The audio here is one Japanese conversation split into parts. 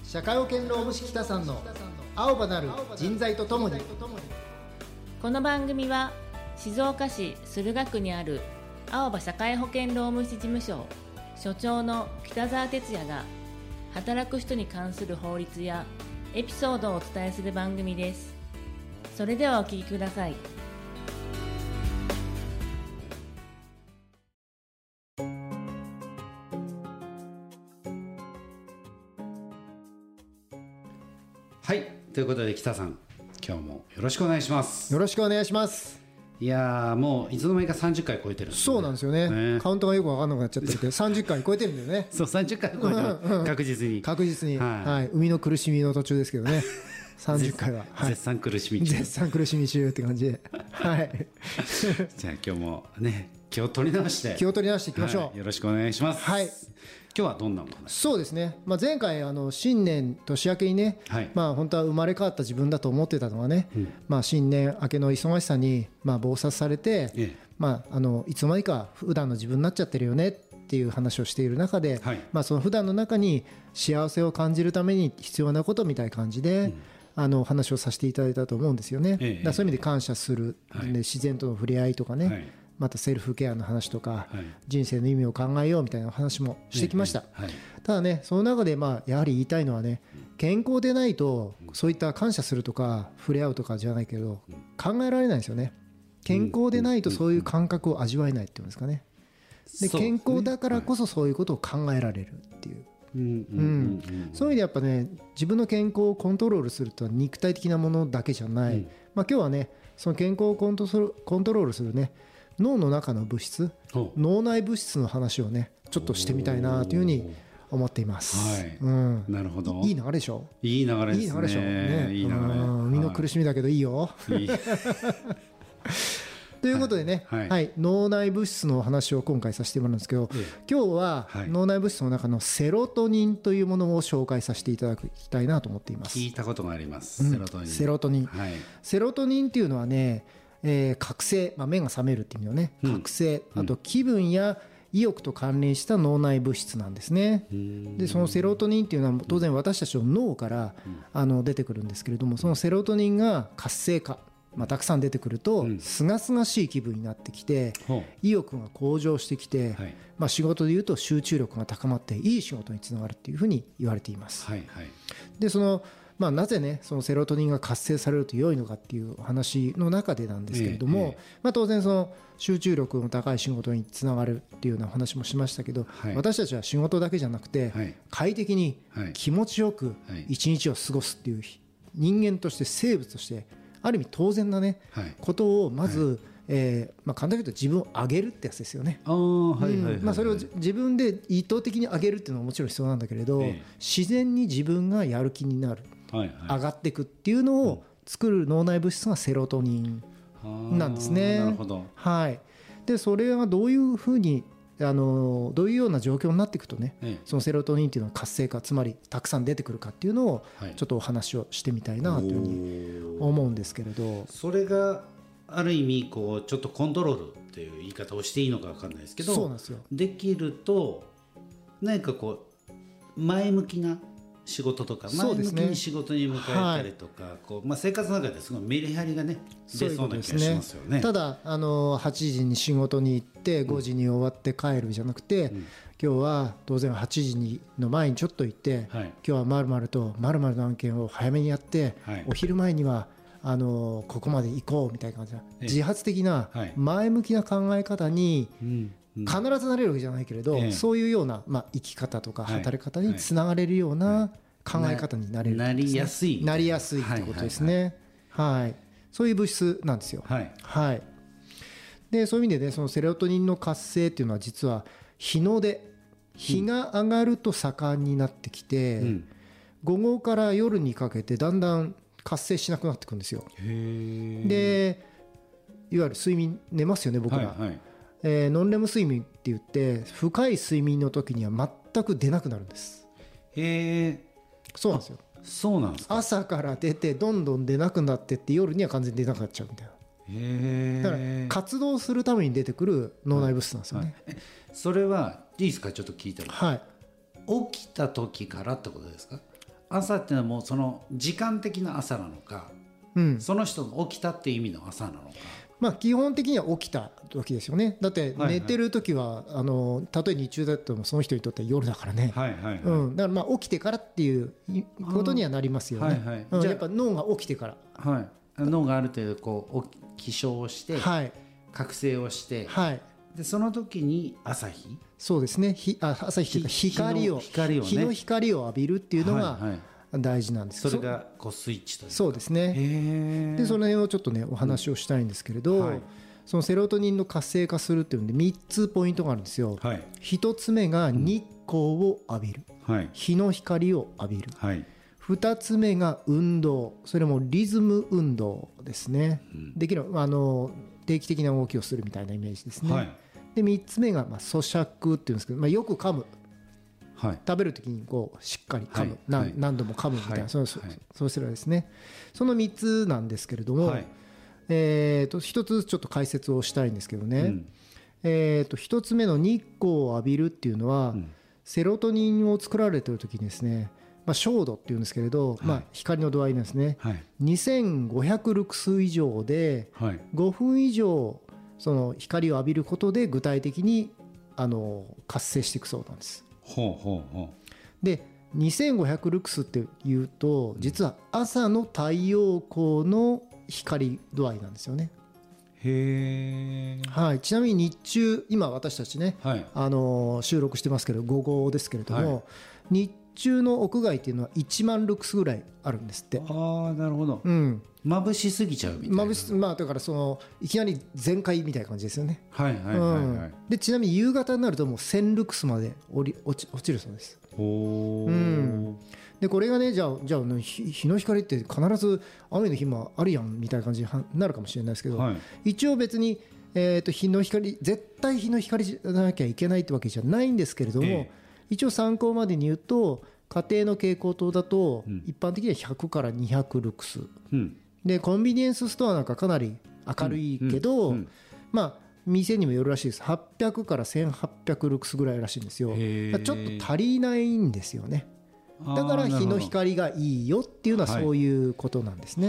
社会保険労務士北さんの青葉なる人材とともに。 この番組は静岡市駿河区にある青葉社会保険労務士事務所所長の北澤哲也が働く人に関する法律やエピソードをお伝えする番組です。それではお聞きください。 はい、ということで北さん、今日もよろしくお願いします。 よろしくお願いします。 いやー、もういつの間にか30回超えてるんですね。 そうなんですよね。カウントがよく分かんなくなっちゃってるけど30回超えてるんだよね。 そう、30回超えてる確実に確実に、はい、海の苦しみの途中ですけどね30回は、 はい、絶賛苦しみ中、 絶賛苦しみ中って感じではいじゃあ今日もね、気を取り直していきましょう、 はい、よろしくお願いします。 はい、 今日はどんなお話？ そうですね、前回新年年明けにね、はい、本当は生まれ変わった自分だと思ってたのはね、新年明けの忙しさに忙殺されて、いつの間にか普段の自分になっちゃってるよねっていう話をしている中で、はい、その普段の中に幸せを感じるために必要なことみたいな感じで、話をさせていただいたと思うんですよね。そういう意味で感謝する、で自然との触れ合いとかね、またセルフケアの話とか、人生の意味を考えようみたいな話もしてきました。ただね、その中でやはり言いたいのはね、健康でないとそういった感謝するとか触れ合うとかじゃないけど考えられないんですよね。健康でないとそういう感覚を味わえないっていうんですかね。で、健康だからこそそういうことを考えられるっていう、そういう意味でやっぱね、自分の健康をコントロールするとは肉体的なものだけじゃない、今日はね、その健康をコントロールするね、脳の中の物質、脳内物質の話をね、ちょっとしてみたいなというふうに思っています。 はい、なるほど。 いい流れでしょ。 いい流れですね。いい流れでしょね。いい流れ。 身の苦しみだけどいいよ。ということでね、脳内物質の話を今回させてもらうんですけど、今日は脳内物質の中のセロトニンというものを紹介させていただきたいなと思っています。 聞いたことがあります。セロトニン。 セロトニン。セロトニンっていうのはね、覚醒、目が覚めるっていう意味のね、覚醒、あと気分や意欲と関連した脳内物質なんですね。で、そのセロトニンっていうのは当然私たちの脳から出てくるんですけれども、そのセロトニンが活性化、たくさん出てくるとすがすがしい気分になってきて、意欲が向上してきて、仕事でいうと集中力が高まっていい仕事につながるっていうふうに言われています。で、なぜね、そのセロトニンが活性されると良いのかっていう話の中でなんですけれども、当然その集中力の高い仕事につながるっていうような話もしましたけど、私たちは仕事だけじゃなくて、快適に気持ちよく一日を過ごすっていう人間として、生物としてある意味当然なね、ことをまず、簡単に言うと自分を上げるってやつですよね。それを自分で意図的に上げるっていうのはもちろん必要なんだけれど、自然に自分がやる気になる、上がっていくっていうのを作る脳内物質がセロトニンなんですね。 なるほど。 で、それがどういうふうにどういうような状況になっていくとね、そのセロトニンっていうのは活性化、つまりたくさん出てくるかっていうのをちょっとお話をしてみたいなというふうに思うんですけれど、 それがある意味ちょっとコントロールっていう言い方をしていいのか分かんないですけど、 そうなんですよ。 できると何か前向きな仕事とか、前向きに仕事に向かえたりとか、生活の中ですごいメリハリがね、出そうな気がしますよね。 ただ8時に仕事に行って5時に終わって帰るじゃなくて、今日は当然8時の前にちょっと行って、今日は〇〇と〇〇の案件を早めにやって、お昼前にはここまで行こうみたいな感じで、自発的な前向きな考え方に必ずなれるわけじゃないけれど、そういうような生き方とか働き方につながれるような考え方になれる、 なりやすいってことですね。そういう物質なんですよ。で、そういう意味でね、そのセロトニンの活性っていうのは実は日の出、日が上がると盛んになってきて、午後から夜にかけてだんだん活性しなくなってくるんですよ。で、いわゆる睡眠、寝ますよね、僕ら。ノンレム睡眠って言って、深い睡眠の時には全く出なくなるんです。そうなんですよ。 そうなんですか。 朝から出てどんどん出なくなってって、夜には完全に出なくなっちゃうみたいな。だから活動するために出てくる脳内物質なんですよね。 それはいいですか、ちょっと聞いても。起きた時からってことですか？ 朝っていうのはもうその時間的な朝なのか、その人が起きたっていう意味の朝なのか。 まあ、基本的には起きた時ですよね。だって寝てる時は、たとえ日中だってもその人にとっては夜だからね、だからまあ起きてからっていうことにはなりますよね。じゃあやっぱ脳が起きてから、 脳がある程度こう起床して、覚醒をして、でその時に朝日、 そうですね、朝日というか光を日の光を浴びるっていうのが大事なんです。 それがこうスイッチというか。 そうですね。でその辺をちょっとねお話をしたいんですけれど、そのセロトニンの活性化するっていうんで3つポイントがあるんですよ。1つ目が日光を浴びる、日の光を浴びる、2つ目が運動、それもリズム運動ですね。できる定期的な動きをするみたいなイメージですね。で3つ目が咀嚼っていうんですけど、よく噛む、食べるときにこうしっかり噛む、何度も噛むみたいな、そうすればですね、その3つなんですけれども、一つちょっと解説をしたいんですけどね、一つ目の日光を浴びるっていうのは、セロトニンを作られているときにですね、照度っていうんですけれど、光の度合いなんですね、2500ルクス以上で5分以上その光を浴びることで具体的に活性していくそうなんです。で2500ルクスっていうと実は朝の太陽光の光度合いなんですよね。ちなみに日中今私たちね、収録してますけど午後ですけれども、日中の屋外っていうのは1万ルクスぐらいあるんですって。 なるほど。眩しすぎちゃうみたいな。 だからいきなり全開みたいな感じですよね。でちなみに夕方になるともう1000ルクスまで落ちるそうです。でこれがねじゃあ日の光って必ず雨の日もあるやんみたいな感じになるかもしれないですけど、一応別に、日の光絶対日の光じゃなきゃいけないってわけじゃないんですけれども、一応参考までに言うと家庭の蛍光灯だと一般的には100から200ルクス、でコンビニエンスストアなんかかなり明るいけど、店にもよるらしいです。800から1800ルクスぐらいらしいんですよ。ちょっと足りないんですよね。だから日の光がいいよっていうのはそういうことなんですね。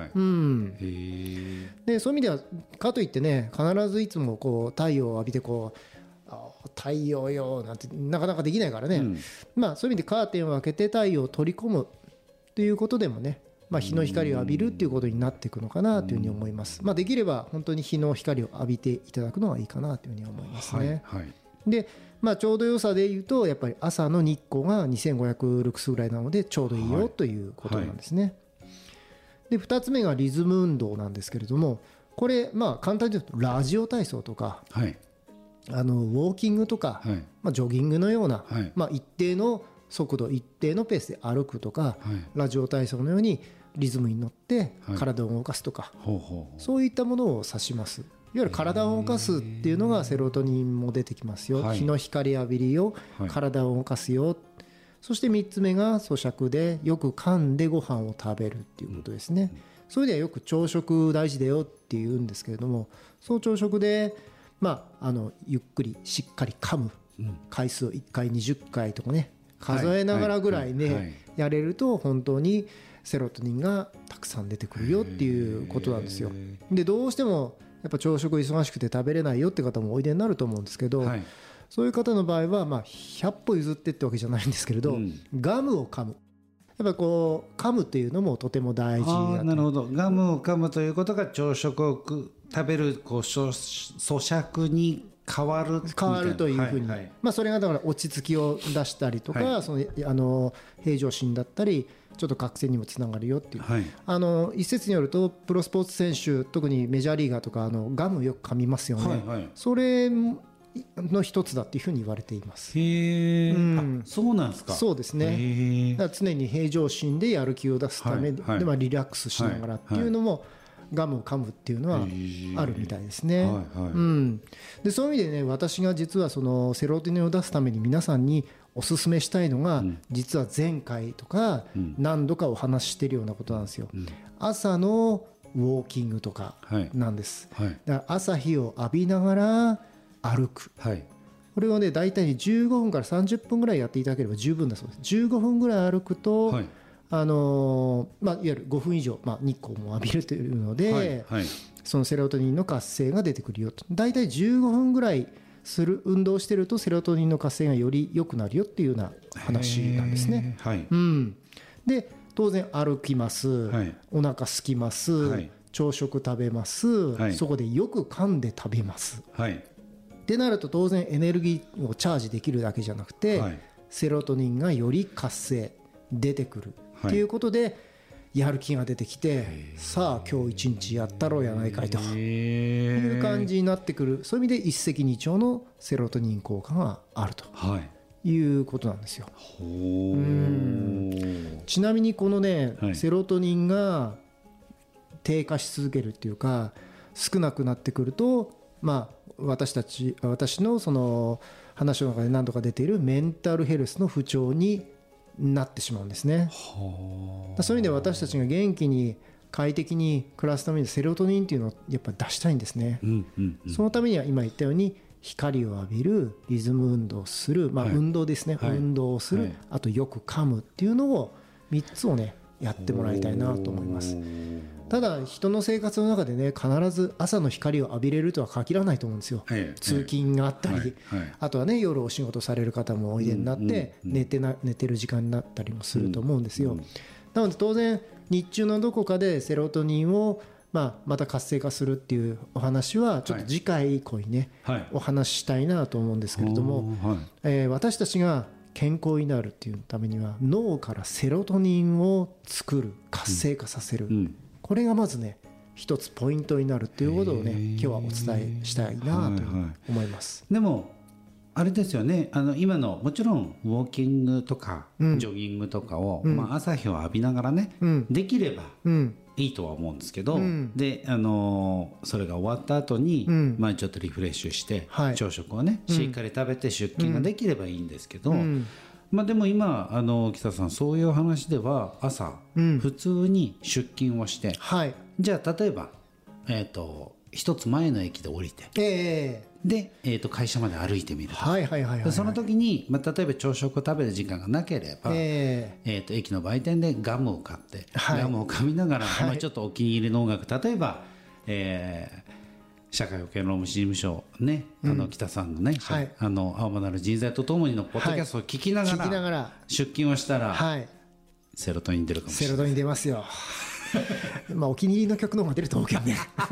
でそういう意味ではかといってね必ずいつもこう太陽を浴びてこう太陽よなんてなかなかできないからね、そういう意味でカーテンを開けて太陽を取り込むということでもね、日の光を浴びるっていうことになっていくのかなというふうに思います。できれば本当に日の光を浴びていただくのがいいかなというふうに思いますね。でちょうど良さで言うとやっぱり朝の日光が2500ルクスぐらいなのでちょうどいいよということなんですね。で2つ目がリズム運動なんですけれども、これ簡単に言うとラジオ体操とか、ウォーキングとか、ジョギングのような、一定の速度一定のペースで歩くとか、ラジオ体操のようにリズムに乗って体を動かすとか、そういったものを指します。いわゆる体を動かすっていうのがセロトニンも出てきますよ、日の光浴びるよ、体を動かすよ、そして3つ目が咀嚼でよく噛んでご飯を食べるっていうことですね。それではよく朝食大事だよっていうんですけれども、その朝食でゆっくりしっかり噛む回数を1回20回とかね数えながらぐらいねやれると本当にセロトニンがたくさん出てくるよっていうことなんですよ。でどうしてもやっぱ朝食忙しくて食べれないよって方もおいでになると思うんですけど、そういう方の場合は100歩譲ってってわけじゃないんですけれど、ガムを噛む、やっぱこう噛むっていうのもとても大事だと。 なるほど。ガムを噛むということが朝食を食べる咀嚼に変わるというふうに、それがだから落ち着きを出したりとか、その平常心だったりちょっと覚醒にもつながるよっていう、一説によるとプロスポーツ選手特にメジャーリーガーとかガムよく噛みますよね、それの一つだっていうふうに言われています。 そうなんですか。 そうですね。だから常に平常心でやる気を出すためで、リラックスしながらっていうのも、ガムを噛むっていうのはあるみたいですね。でそういう意味でね、私が実はそのセロトニンを出すために皆さんにおすすめしたいのが、実は前回とか何度かお話ししているようなことなんですよ。朝のウォーキングとかなんです。だから朝日を浴びながら歩く、これをね大体15分から30分ぐらいやっていただければ十分だそうです。15分ぐらい歩くと、 いわゆる5分以上、日光も浴びるというので、 はいはい、 そのセロトニンの活性が出てくるよと。だいたい15分ぐらい運動してるとセロトニンの活性がより良くなるよっていうような話なんですね。 はい、 で当然歩きます、はい、お腹空きます、はい、朝食食べます、はい、そこでよく噛んで食べます、はい、ってなると当然エネルギーをチャージできるだけじゃなくて、はい、セロトニンがより活性出てくるっていうことで、やる気が出てきて、さあ今日一日やったろうやないかいという感じになってくる。そういう意味で一石二鳥のセロトニン効果があると、いうことなんですよ。ちなみにこのね、セロトニンが低下し続けるっていうか少なくなってくると、私のその話の中で何度か出ているメンタルヘルスの不調になってしまうんですね。そういう意味で私たちが元気に快適に暮らすためにセロトニンっていうのをやっぱり出したいんですね。そのためには今言ったように光を浴びる、リズム運動をする、運動ですね、運動をする、あとよく噛むっていうのを3つをねやってもらいたいなと思います。ただ人の生活の中でね必ず朝の光を浴びれるとは限らないと思うんですよ。通勤があったり、あとはね夜お仕事される方もおいでになって寝てる時間になったりもすると思うんですよ。なので当然日中のどこかでセロトニンをまた活性化するっていうお話はちょっと次回以降にねお話ししたいなと思うんですけれども、私たちが健康になるっていうためには脳からセロトニンを作る、活性化させる、これがまずね一つポイントになるっていうことをね今日はお伝えしたいなと思います。 でもあれですよね、今のもちろんウォーキングとかジョギングとかを、朝日を浴びながらね、できればいいとは思うんですけど、でそれが終わった後に、ちょっとリフレッシュして、朝食をねしっかり食べて出勤ができればいいんですけど、でも今北さんそういう話では朝、普通に出勤をして、じゃあ例えば一つ前の駅で降りて、で、会社まで歩いてみると、その時に、例えば朝食を食べる時間がなければ、駅の売店でガムを買って、ガムを噛みながら、ちょっとお気に入りの音楽、例えば、社会保険労務士事務所ね、北さんのね、青葉なる人材とともにのポッドキャストを聞きながら出勤をしたら、セロトニン出るかもしれない。 セロトニン出ますよ。お気に入りの曲の方が出ると思うけどね。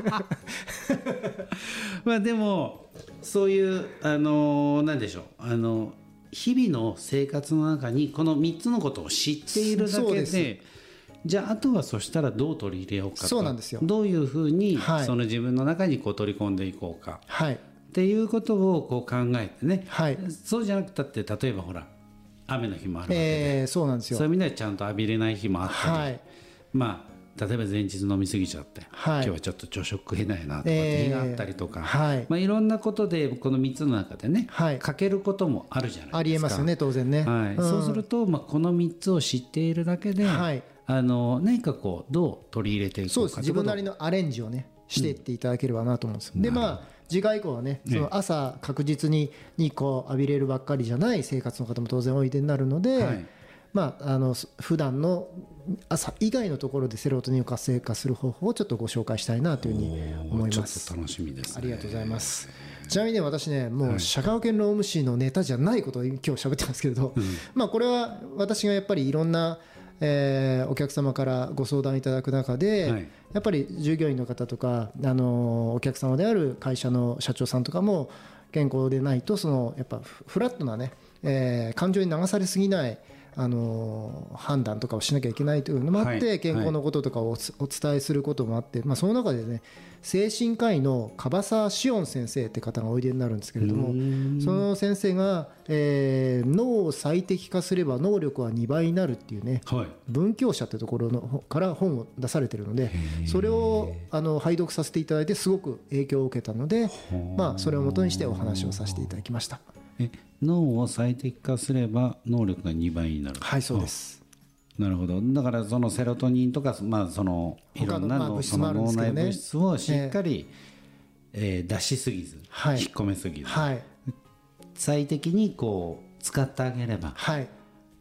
でもそういう何でしょう、日々の生活の中にこの3つのことを知っているだけで、じゃああとはそしたらどう取り入れようかと、 そうなんですよ。 どういうふうにその自分の中に取り込んでいこうか、っていうことを考えてね、そうじゃなくたって例えばほら雨の日もあるわけで、 そうなんですよ。 そういう意味ではちゃんと浴びれない日もあったり、例えば前日飲み過ぎちゃって、今日はちょっと朝食食えないなとかって日があったりとか、いろんなことでこの3つの中でね、欠けることもあるじゃないですか。 ありえますよね、当然ね。 そうすると、この3つを知っているだけで、何かどう取り入れていくか、 そうです、自分なりのアレンジをねしていっていただければなと思うんです。で次回以降はね、その朝確実に日光浴びれるばっかりじゃない生活の方も当然おいでになるので、普段の朝以外のところでセロトニンを活性化する方法をちょっとご紹介したいなというふうに思います。 ちょっと楽しみですね。 ありがとうございます。ちなみに私ね、もう社会保険労務士のネタじゃないことを今日喋ってますけれど、これは私がやっぱりいろんなお客様からご相談いただく中で、やっぱり従業員の方とかお客様である会社の社長さんとかも健康でないとやっぱフラットなね、感情に流されすぎない判断とかをしなきゃいけないというのもあって、健康のこととかをお伝えすることもあって、その中でね精神科医の樺沢志音先生って方がおいでになるんですけれども、その先生が、脳を最適化すれば能力は2倍になるっていうね、文教社ってところのから本を出されてるので、それを拝読させていただいてすごく影響を受けたので、それをもとにしてお話をさせていただきました。 脳を最適化すれば能力が2倍になる。 はい、そうです。 なるほど。だからそのセロトニンとか、そのいろんな脳内物質をしっかり、出しすぎず、引っ込めすぎず、最適に使ってあげれば、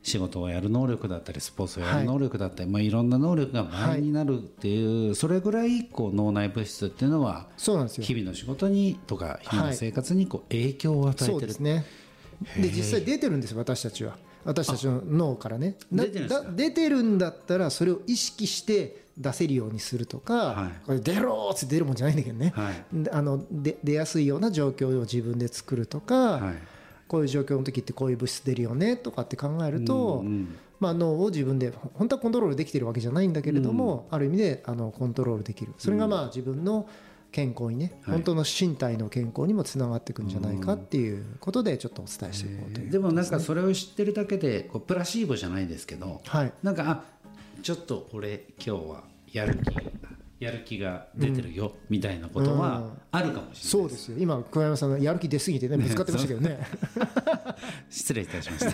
仕事をやる能力だったりスポーツをやる能力だったり、いろんな能力が倍になるっていう、それぐらい脳内物質っていうのはそうなんですよ、 日々の仕事にとか日々の生活に影響を与えてる、 そうですね。で実際出てるんですよ、私たちの脳からね。出てるんだったらそれを意識して出せるようにするとか、これ出ろーって出るもんじゃないんだけどね、出やすいような状況を自分で作るとか、こういう状況の時ってこういう物質出るよねとかって考えると、脳を自分で本当はコントロールできてるわけじゃないんだけれども、ある意味でコントロールできる。それが自分の健康にね、本当の身体の健康にもつながっていくんじゃないかっていうことでちょっとお伝えしていこうという、 でもなんかそれを知ってるだけでプラシーボじゃないですけど、なんかちょっと俺今日はやる気が出てるよみたいなことはあるかもしれないです。 そうですよ。今小山さんのやる気出すぎてね、ぶつかってましたけどね失礼いたしま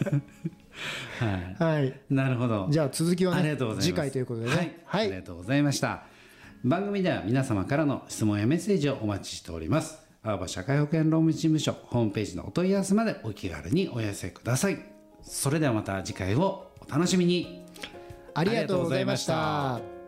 したはい、 なるほど。 じゃあ続きはね次回ということでね、 ありがとうございました。番組では皆様からの質問やメッセージをお待ちしております。青葉社会保険労務事務所ホームページのお問い合わせまでお気軽にお寄せください。それではまた次回をお楽しみに。 ありがとうございました。